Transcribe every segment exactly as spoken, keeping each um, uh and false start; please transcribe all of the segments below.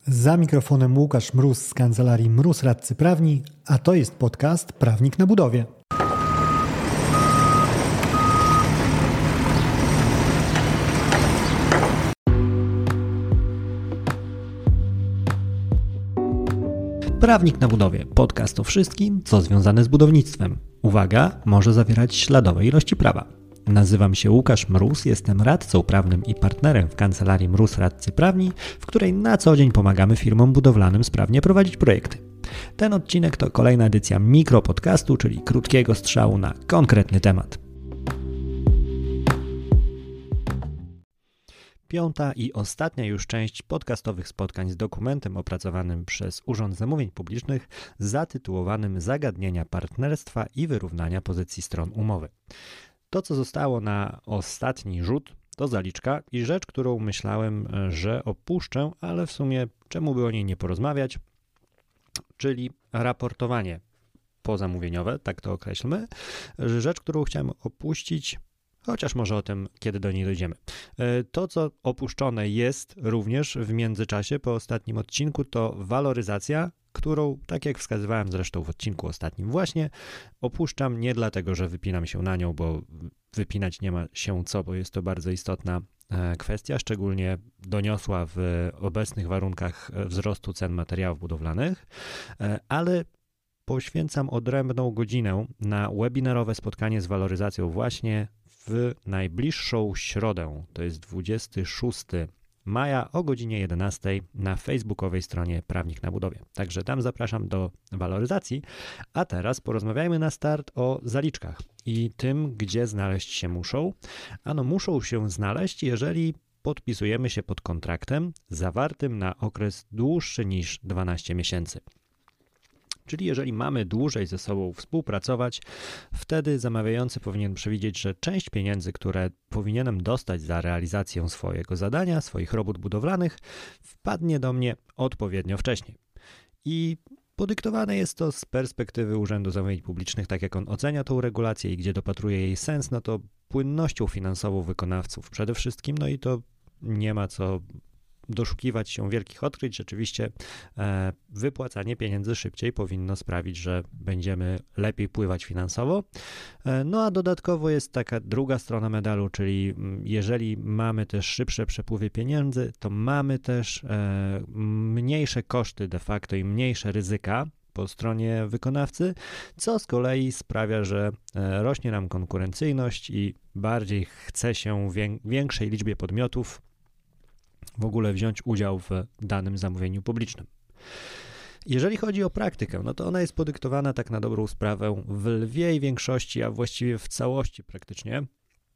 Za mikrofonem Łukasz Mróz z kancelarii Mróz Radcy Prawni, a to jest podcast Prawnik na budowie. Prawnik na budowie. Podcast o wszystkim, co związane z budownictwem. Uwaga, może zawierać śladowe ilości prawa. Nazywam się Łukasz Mróz, jestem radcą prawnym i partnerem w kancelarii Mróz Radcy Prawni, w której na co dzień pomagamy firmom budowlanym sprawnie prowadzić projekty. Ten odcinek to kolejna edycja mikropodcastu, czyli krótkiego strzału na konkretny temat. Piąta i ostatnia już część podcastowych spotkań z dokumentem opracowanym przez Urząd Zamówień Publicznych zatytułowanym Zagadnienia partnerstwa i wyrównania pozycji stron umowy. To, co zostało na ostatni rzut, to zaliczka i rzecz, którą myślałem, że opuszczę, ale w sumie czemu by o niej nie porozmawiać, czyli raportowanie pozamówieniowe, tak to określmy. Rzecz, którą chciałem opuścić, chociaż może o tym, kiedy do niej dojdziemy. To, co opuszczone jest również w międzyczasie po ostatnim odcinku, to waloryzacja, którą, tak jak wskazywałem zresztą w odcinku ostatnim właśnie, opuszczam nie dlatego, że wypinam się na nią, bo wypinać nie ma się co, bo jest to bardzo istotna kwestia, szczególnie doniosła w obecnych warunkach wzrostu cen materiałów budowlanych, ale poświęcam odrębną godzinę na webinarowe spotkanie z waloryzacją właśnie w najbliższą środę, to jest dwudziestego szóstego maja o godzinie jedenastej na facebookowej stronie Prawnik na budowie. Także tam zapraszam do waloryzacji, a teraz porozmawiajmy na start o zaliczkach i tym, gdzie znaleźć się muszą. Ano muszą się znaleźć, jeżeli podpisujemy się pod kontraktem zawartym na okres dłuższy niż dwanaście miesięcy. Czyli jeżeli mamy dłużej ze sobą współpracować, wtedy zamawiający powinien przewidzieć, że część pieniędzy, które powinienem dostać za realizację swojego zadania, swoich robót budowlanych, wpadnie do mnie odpowiednio wcześniej. I podyktowane jest to z perspektywy Urzędu Zamówień Publicznych, tak jak on ocenia tą regulację i gdzie dopatruje jej sens, no to płynnością finansową wykonawców przede wszystkim, no i to nie ma co doszukiwać się wielkich odkryć. Rzeczywiście e, wypłacanie pieniędzy szybciej powinno sprawić, że będziemy lepiej pływać finansowo. E, no a dodatkowo jest taka druga strona medalu, czyli jeżeli mamy też szybsze przepływy pieniędzy, to mamy też e, mniejsze koszty de facto i mniejsze ryzyka po stronie wykonawcy, co z kolei sprawia, że rośnie nam konkurencyjność i bardziej chce się wię- większej liczbie podmiotów w ogóle wziąć udział w danym zamówieniu publicznym. Jeżeli chodzi o praktykę, no to ona jest podyktowana tak na dobrą sprawę w lwiej większości, a właściwie w całości praktycznie,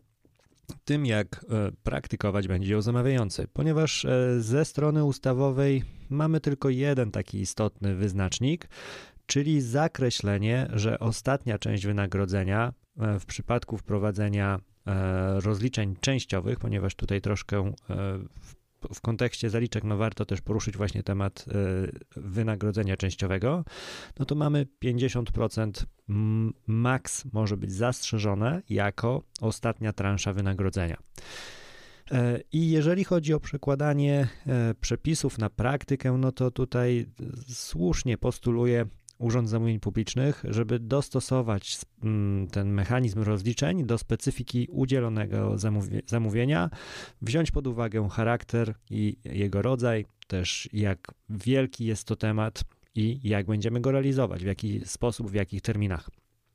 tym jak praktykować będzie ją zamawiający, ponieważ ze strony ustawowej mamy tylko jeden taki istotny wyznacznik, czyli zakreślenie, że ostatnia część wynagrodzenia w przypadku wprowadzenia rozliczeń częściowych, ponieważ tutaj troszkę w w kontekście zaliczek, no warto też poruszyć właśnie temat y, wynagrodzenia częściowego, no to mamy pięćdziesiąt procent maks może być zastrzeżone jako ostatnia transza wynagrodzenia. I jeżeli chodzi o przekładanie przepisów na praktykę, no to tutaj słusznie postuluję Urząd Zamówień Publicznych, żeby dostosować ten mechanizm rozliczeń do specyfiki udzielonego zamówi- zamówienia, wziąć pod uwagę charakter i jego rodzaj, też jak wielki jest to temat i jak będziemy go realizować, w jaki sposób, w jakich terminach.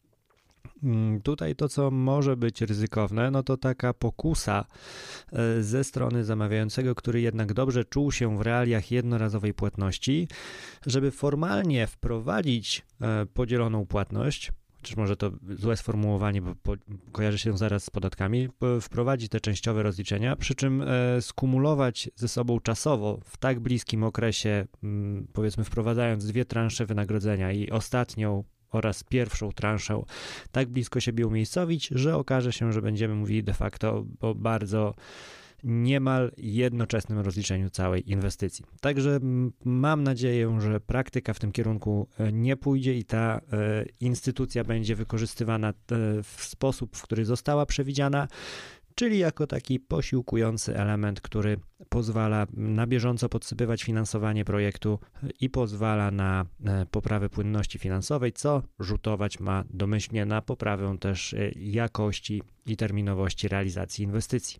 Tutaj to, co może być ryzykowne, no to taka pokusa ze strony zamawiającego, który jednak dobrze czuł się w realiach jednorazowej płatności, żeby formalnie wprowadzić podzieloną płatność, chociaż może to złe sformułowanie, bo po, kojarzy się zaraz z podatkami, wprowadzić te częściowe rozliczenia, przy czym e, skumulować ze sobą czasowo w tak bliskim okresie, m, powiedzmy wprowadzając dwie transze wynagrodzenia i ostatnią oraz pierwszą transzę tak blisko siebie umiejscowić, że okaże się, że będziemy mówili de facto o bardzo niemal jednoczesnym rozliczeniu całej inwestycji. Także mam nadzieję, że praktyka w tym kierunku nie pójdzie i ta instytucja będzie wykorzystywana w sposób, w który została przewidziana. czyli jako taki posiłkujący element, który pozwala na bieżąco podsypywać finansowanie projektu i pozwala na poprawę płynności finansowej, co rzutować ma domyślnie na poprawę też jakości i terminowości realizacji inwestycji.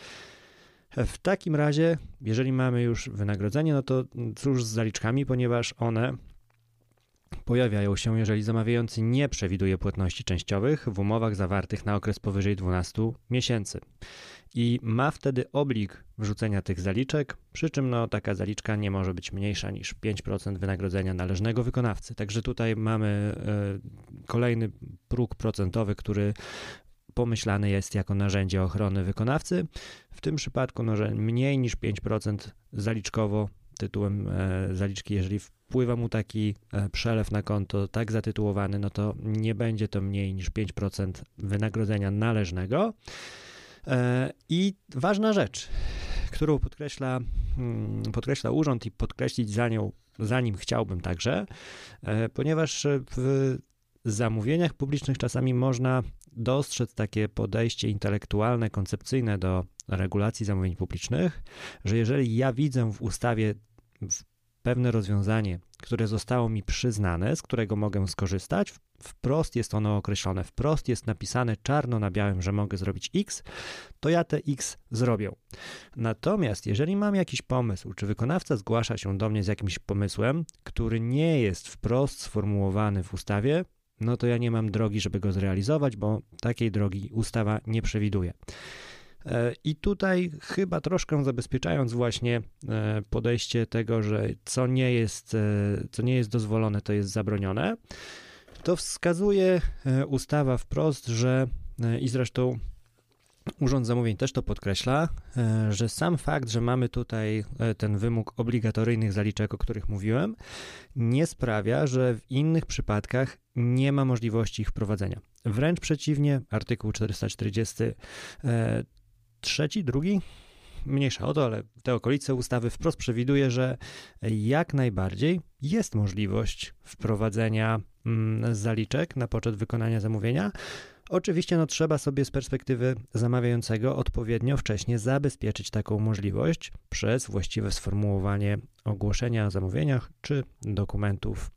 W takim razie, jeżeli mamy już wynagrodzenie, no to cóż z zaliczkami, ponieważ one pojawiają się, jeżeli zamawiający nie przewiduje płatności częściowych w umowach zawartych na okres powyżej dwunastu miesięcy i ma wtedy oblig wrzucenia tych zaliczek, przy czym no, taka zaliczka nie może być mniejsza niż pięć procent wynagrodzenia należnego wykonawcy. Także tutaj mamy y, kolejny próg procentowy, który pomyślany jest jako narzędzie ochrony wykonawcy. W tym przypadku no, że mniej niż pięć procent zaliczkowo tytułem e, zaliczki, jeżeli wpływa mu taki e, przelew na konto tak zatytułowany, no to nie będzie to mniej niż pięć procent wynagrodzenia należnego. E, I ważna rzecz, którą podkreśla, hmm, podkreśla urząd i podkreślić za nią, za nim chciałbym także, e, ponieważ w zamówieniach publicznych czasami można dostrzec takie podejście intelektualne, koncepcyjne do regulacji zamówień publicznych, że jeżeli ja widzę w ustawie pewne rozwiązanie, które zostało mi przyznane, z którego mogę skorzystać, wprost jest ono określone, wprost jest napisane czarno na białym, że mogę zrobić X, to ja te X zrobię. Natomiast jeżeli mam jakiś pomysł, czy wykonawca zgłasza się do mnie z jakimś pomysłem, który nie jest wprost sformułowany w ustawie, no to ja nie mam drogi, żeby go zrealizować, bo takiej drogi ustawa nie przewiduje. I tutaj chyba troszkę zabezpieczając właśnie podejście tego, że co nie jest, co nie jest dozwolone, to jest zabronione, to wskazuje ustawa wprost, że i zresztą Urząd Zamówień też to podkreśla, że sam fakt, że mamy tutaj ten wymóg obligatoryjnych zaliczek, o których mówiłem, nie sprawia, że w innych przypadkach nie ma możliwości ich wprowadzenia. Wręcz przeciwnie, artykuł czterysta czterdziesty trzeci, drugi, mniejsza o to, ale te okolice ustawy wprost przewiduje, że jak najbardziej jest możliwość wprowadzenia zaliczek na poczet wykonania zamówienia. Oczywiście no, trzeba sobie z perspektywy zamawiającego odpowiednio wcześnie zabezpieczyć taką możliwość przez właściwe sformułowanie ogłoszenia o zamówieniach czy dokumentów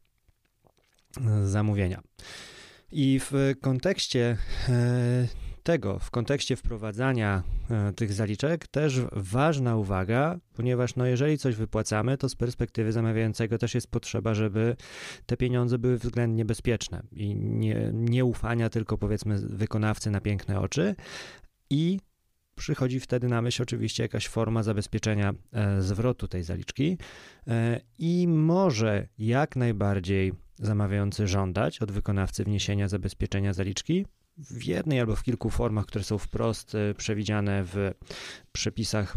zamówienia. I w kontekście tego, w kontekście wprowadzania tych zaliczek też ważna uwaga, ponieważ no jeżeli coś wypłacamy, to z perspektywy zamawiającego też jest potrzeba, żeby te pieniądze były względnie bezpieczne i nie, nie ufania tylko powiedzmy wykonawcy na piękne oczy i przychodzi wtedy na myśl oczywiście jakaś forma zabezpieczenia e, zwrotu tej zaliczki e, i może jak najbardziej zamawiający żądać od wykonawcy wniesienia zabezpieczenia zaliczki w jednej albo w kilku formach, które są wprost przewidziane w przepisach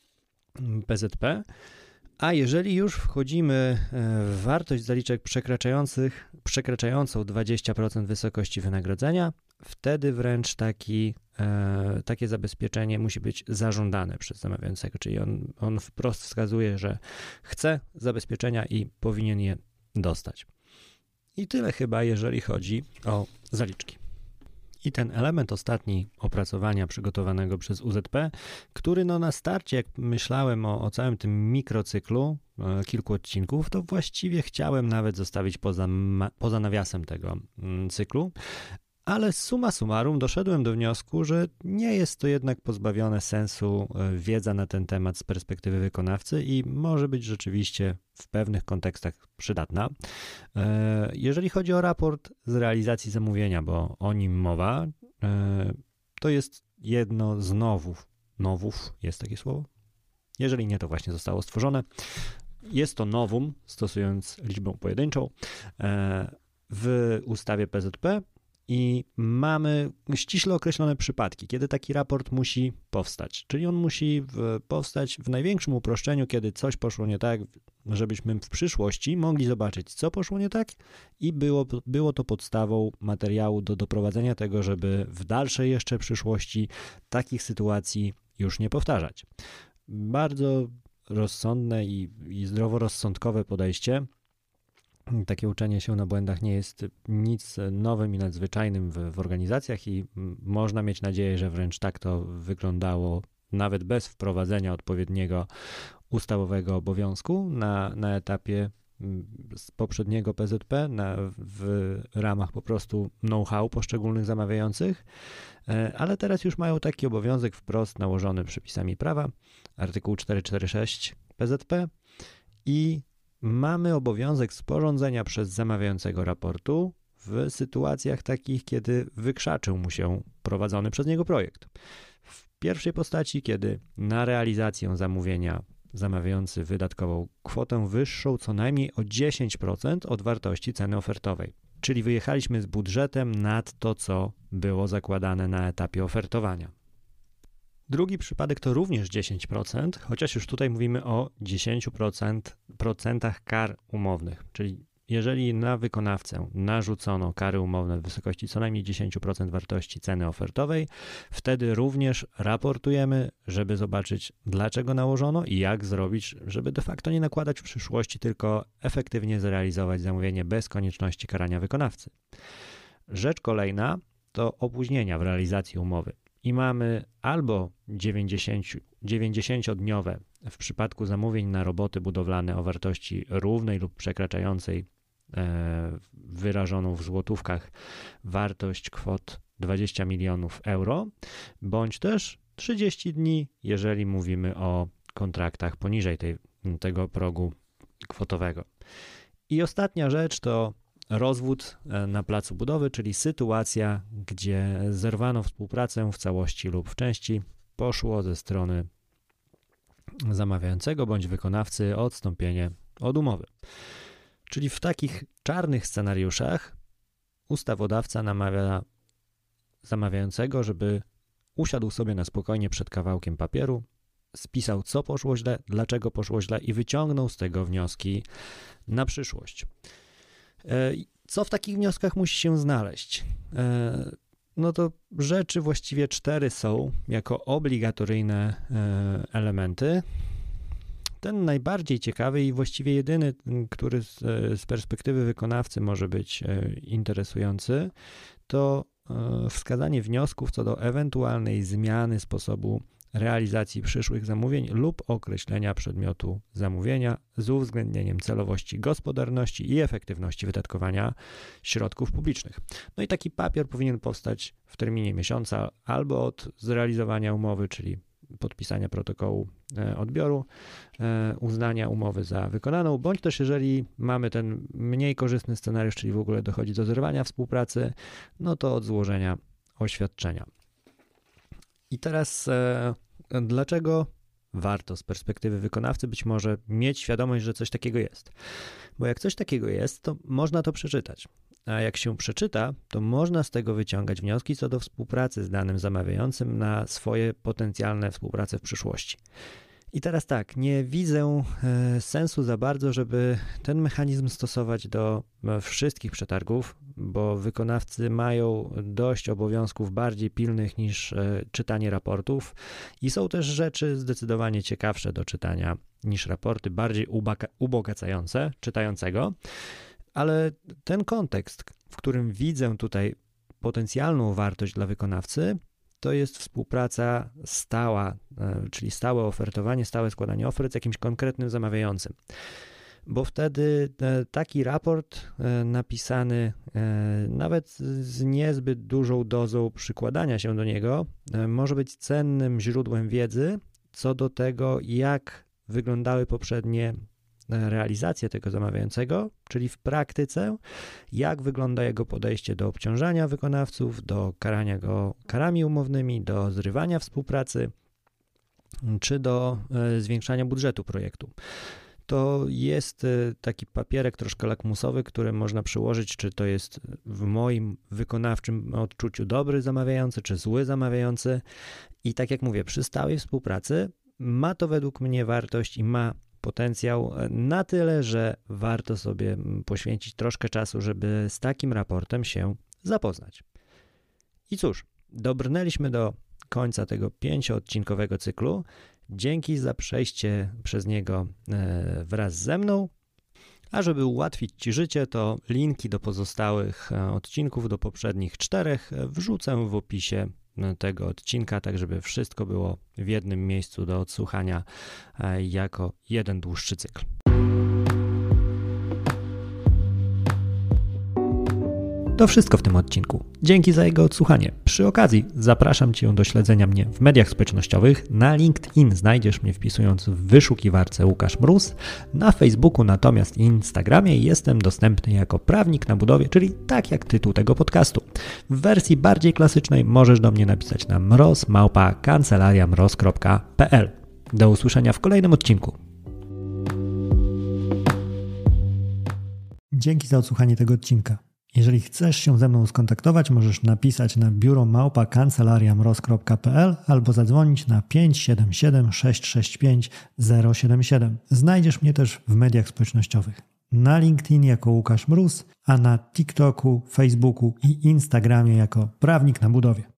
P Z P, a jeżeli już wchodzimy w wartość zaliczek przekraczających, przekraczającą dwadzieścia procent wysokości wynagrodzenia, wtedy wręcz taki, e, takie zabezpieczenie musi być zażądane przez zamawiającego, czyli on, on wprost wskazuje, że chce zabezpieczenia i powinien je dostać. I tyle chyba, jeżeli chodzi o zaliczki. I ten element ostatni opracowania przygotowanego przez U Z P, który no na starcie, jak myślałem o, o całym tym mikrocyklu, e, kilku odcinków, to właściwie chciałem nawet zostawić poza, ma, poza nawiasem tego mm, cyklu, ale summa summarum doszedłem do wniosku, że nie jest to jednak pozbawione sensu wiedza na ten temat z perspektywy wykonawcy i może być rzeczywiście w pewnych kontekstach przydatna. Jeżeli chodzi o raport z realizacji zamówienia, bo o nim mowa, to jest jedno z nowów. Nowów, jest takie słowo? Jeżeli nie, to właśnie zostało stworzone. Jest to nowum, stosując liczbę pojedynczą, w ustawie P Z P. I mamy ściśle określone przypadki, kiedy taki raport musi powstać. Czyli on musi w, powstać w największym uproszczeniu, kiedy coś poszło nie tak, żebyśmy w przyszłości mogli zobaczyć, co poszło nie tak i było, było to podstawą materiału do doprowadzenia tego, żeby w dalszej jeszcze przyszłości takich sytuacji już nie powtarzać. Bardzo rozsądne i, i zdroworozsądkowe podejście. Takie uczenie się na błędach nie jest nic nowym i nadzwyczajnym w, w organizacjach i można mieć nadzieję, że wręcz tak to wyglądało nawet bez wprowadzenia odpowiedniego ustawowego obowiązku na, na etapie z poprzedniego P Z P, na, w ramach po prostu know-how poszczególnych zamawiających, ale teraz już mają taki obowiązek wprost nałożony przepisami prawa, artykuł czterysta czterdzieści sześć P Z P i mamy obowiązek sporządzenia przez zamawiającego raportu w sytuacjach takich, kiedy wykrzaczył mu się prowadzony przez niego projekt. W pierwszej postaci, kiedy na realizację zamówienia zamawiający wydatkował kwotę wyższą co najmniej o dziesięć procent od wartości ceny ofertowej. Czyli wyjechaliśmy z budżetem nad to, co było zakładane na etapie ofertowania. Drugi przypadek to również dziesięć procent, chociaż już tutaj mówimy o dziesięć procent kar umownych, czyli jeżeli na wykonawcę narzucono kary umowne w wysokości co najmniej dziesięć procent wartości ceny ofertowej, wtedy również raportujemy, żeby zobaczyć, dlaczego nałożono i jak zrobić, żeby de facto nie nakładać w przyszłości, tylko efektywnie zrealizować zamówienie bez konieczności karania wykonawcy. Rzecz kolejna to opóźnienia w realizacji umowy. I mamy albo dziewięćdziesięciodniowe w przypadku zamówień na roboty budowlane o wartości równej lub przekraczającej e, wyrażoną w złotówkach wartość kwot dwadzieścia milionów euro, bądź też trzydzieści dni, jeżeli mówimy o kontraktach poniżej tej, tego progu kwotowego. I ostatnia rzecz to rozwód na placu budowy, czyli sytuacja, gdzie zerwano współpracę w całości lub w części, poszło ze strony zamawiającego bądź wykonawcy o odstąpienie od umowy. Czyli w takich czarnych scenariuszach ustawodawca namawia zamawiającego, żeby usiadł sobie na spokojnie przed kawałkiem papieru, spisał, co poszło źle, dlaczego poszło źle i wyciągnął z tego wnioski na przyszłość. Co w takich wnioskach musi się znaleźć? No to rzeczy właściwie cztery są jako obligatoryjne elementy. Ten najbardziej ciekawy i właściwie jedyny, który z, z perspektywy wykonawcy może być interesujący, to wskazanie wniosków co do ewentualnej zmiany sposobu realizacji przyszłych zamówień lub określenia przedmiotu zamówienia z uwzględnieniem celowości, gospodarności i efektywności wydatkowania środków publicznych. No i taki papier powinien powstać w terminie miesiąca albo od zrealizowania umowy, czyli podpisania protokołu odbioru, uznania umowy za wykonaną, bądź też jeżeli mamy ten mniej korzystny scenariusz, czyli w ogóle dochodzi do zerwania współpracy, no to od złożenia oświadczenia. I teraz e, dlaczego warto z perspektywy wykonawcy być może mieć świadomość, że coś takiego jest? Bo jak coś takiego jest, to można to przeczytać. A jak się przeczyta, to można z tego wyciągać wnioski co do współpracy z danym zamawiającym na swoje potencjalne współprace w przyszłości. I teraz tak, nie widzę e, sensu za bardzo, żeby ten mechanizm stosować do e, wszystkich przetargów, bo wykonawcy mają dość obowiązków bardziej pilnych niż e, czytanie raportów i są też rzeczy zdecydowanie ciekawsze do czytania niż raporty, bardziej ubaka- ubogacające czytającego, ale ten kontekst, w którym widzę tutaj potencjalną wartość dla wykonawcy, to jest współpraca stała, czyli stałe ofertowanie, stałe składanie ofert z jakimś konkretnym zamawiającym. Bo wtedy taki raport napisany nawet z niezbyt dużą dozą przykładania się do niego może być cennym źródłem wiedzy co do tego, jak wyglądały poprzednie realizację tego zamawiającego, czyli w praktyce, jak wygląda jego podejście do obciążania wykonawców, do karania go karami umownymi, do zrywania współpracy, czy do zwiększania budżetu projektu. To jest taki papierek troszkę lakmusowy, który można przyłożyć, czy to jest w moim wykonawczym odczuciu dobry zamawiający, czy zły zamawiający. I tak jak mówię, przy stałej współpracy ma to według mnie wartość i ma potencjał na tyle, że warto sobie poświęcić troszkę czasu, żeby z takim raportem się zapoznać. I cóż, dobrnęliśmy do końca tego pięcioodcinkowego cyklu. Dzięki za przejście przez niego wraz ze mną. A żeby ułatwić Ci życie, to linki do pozostałych odcinków, do poprzednich czterech wrzucę w opisie tego odcinka, tak żeby wszystko było w jednym miejscu do odsłuchania jako jeden dłuższy cykl. To wszystko w tym odcinku. Dzięki za jego odsłuchanie. Przy okazji zapraszam Cię do śledzenia mnie w mediach społecznościowych. Na LinkedIn znajdziesz mnie wpisując w wyszukiwarce Łukasz Mróz. Na Facebooku natomiast i Instagramie jestem dostępny jako prawnik na budowie, czyli tak jak tytuł tego podcastu. W wersji bardziej klasycznej możesz do mnie napisać na mroz małpa kancelaria mroz kropka p l. Do usłyszenia w kolejnym odcinku. Dzięki za odsłuchanie tego odcinka. Jeżeli chcesz się ze mną skontaktować, możesz napisać na biuro małpa kancelaria mroz kropka p l albo zadzwonić na pięć siedem siedem sześć sześć pięć zero siedem siedem. Znajdziesz mnie też w mediach społecznościowych. Na LinkedIn jako Łukasz Mróz, a na TikToku, Facebooku i Instagramie jako prawnik na budowie.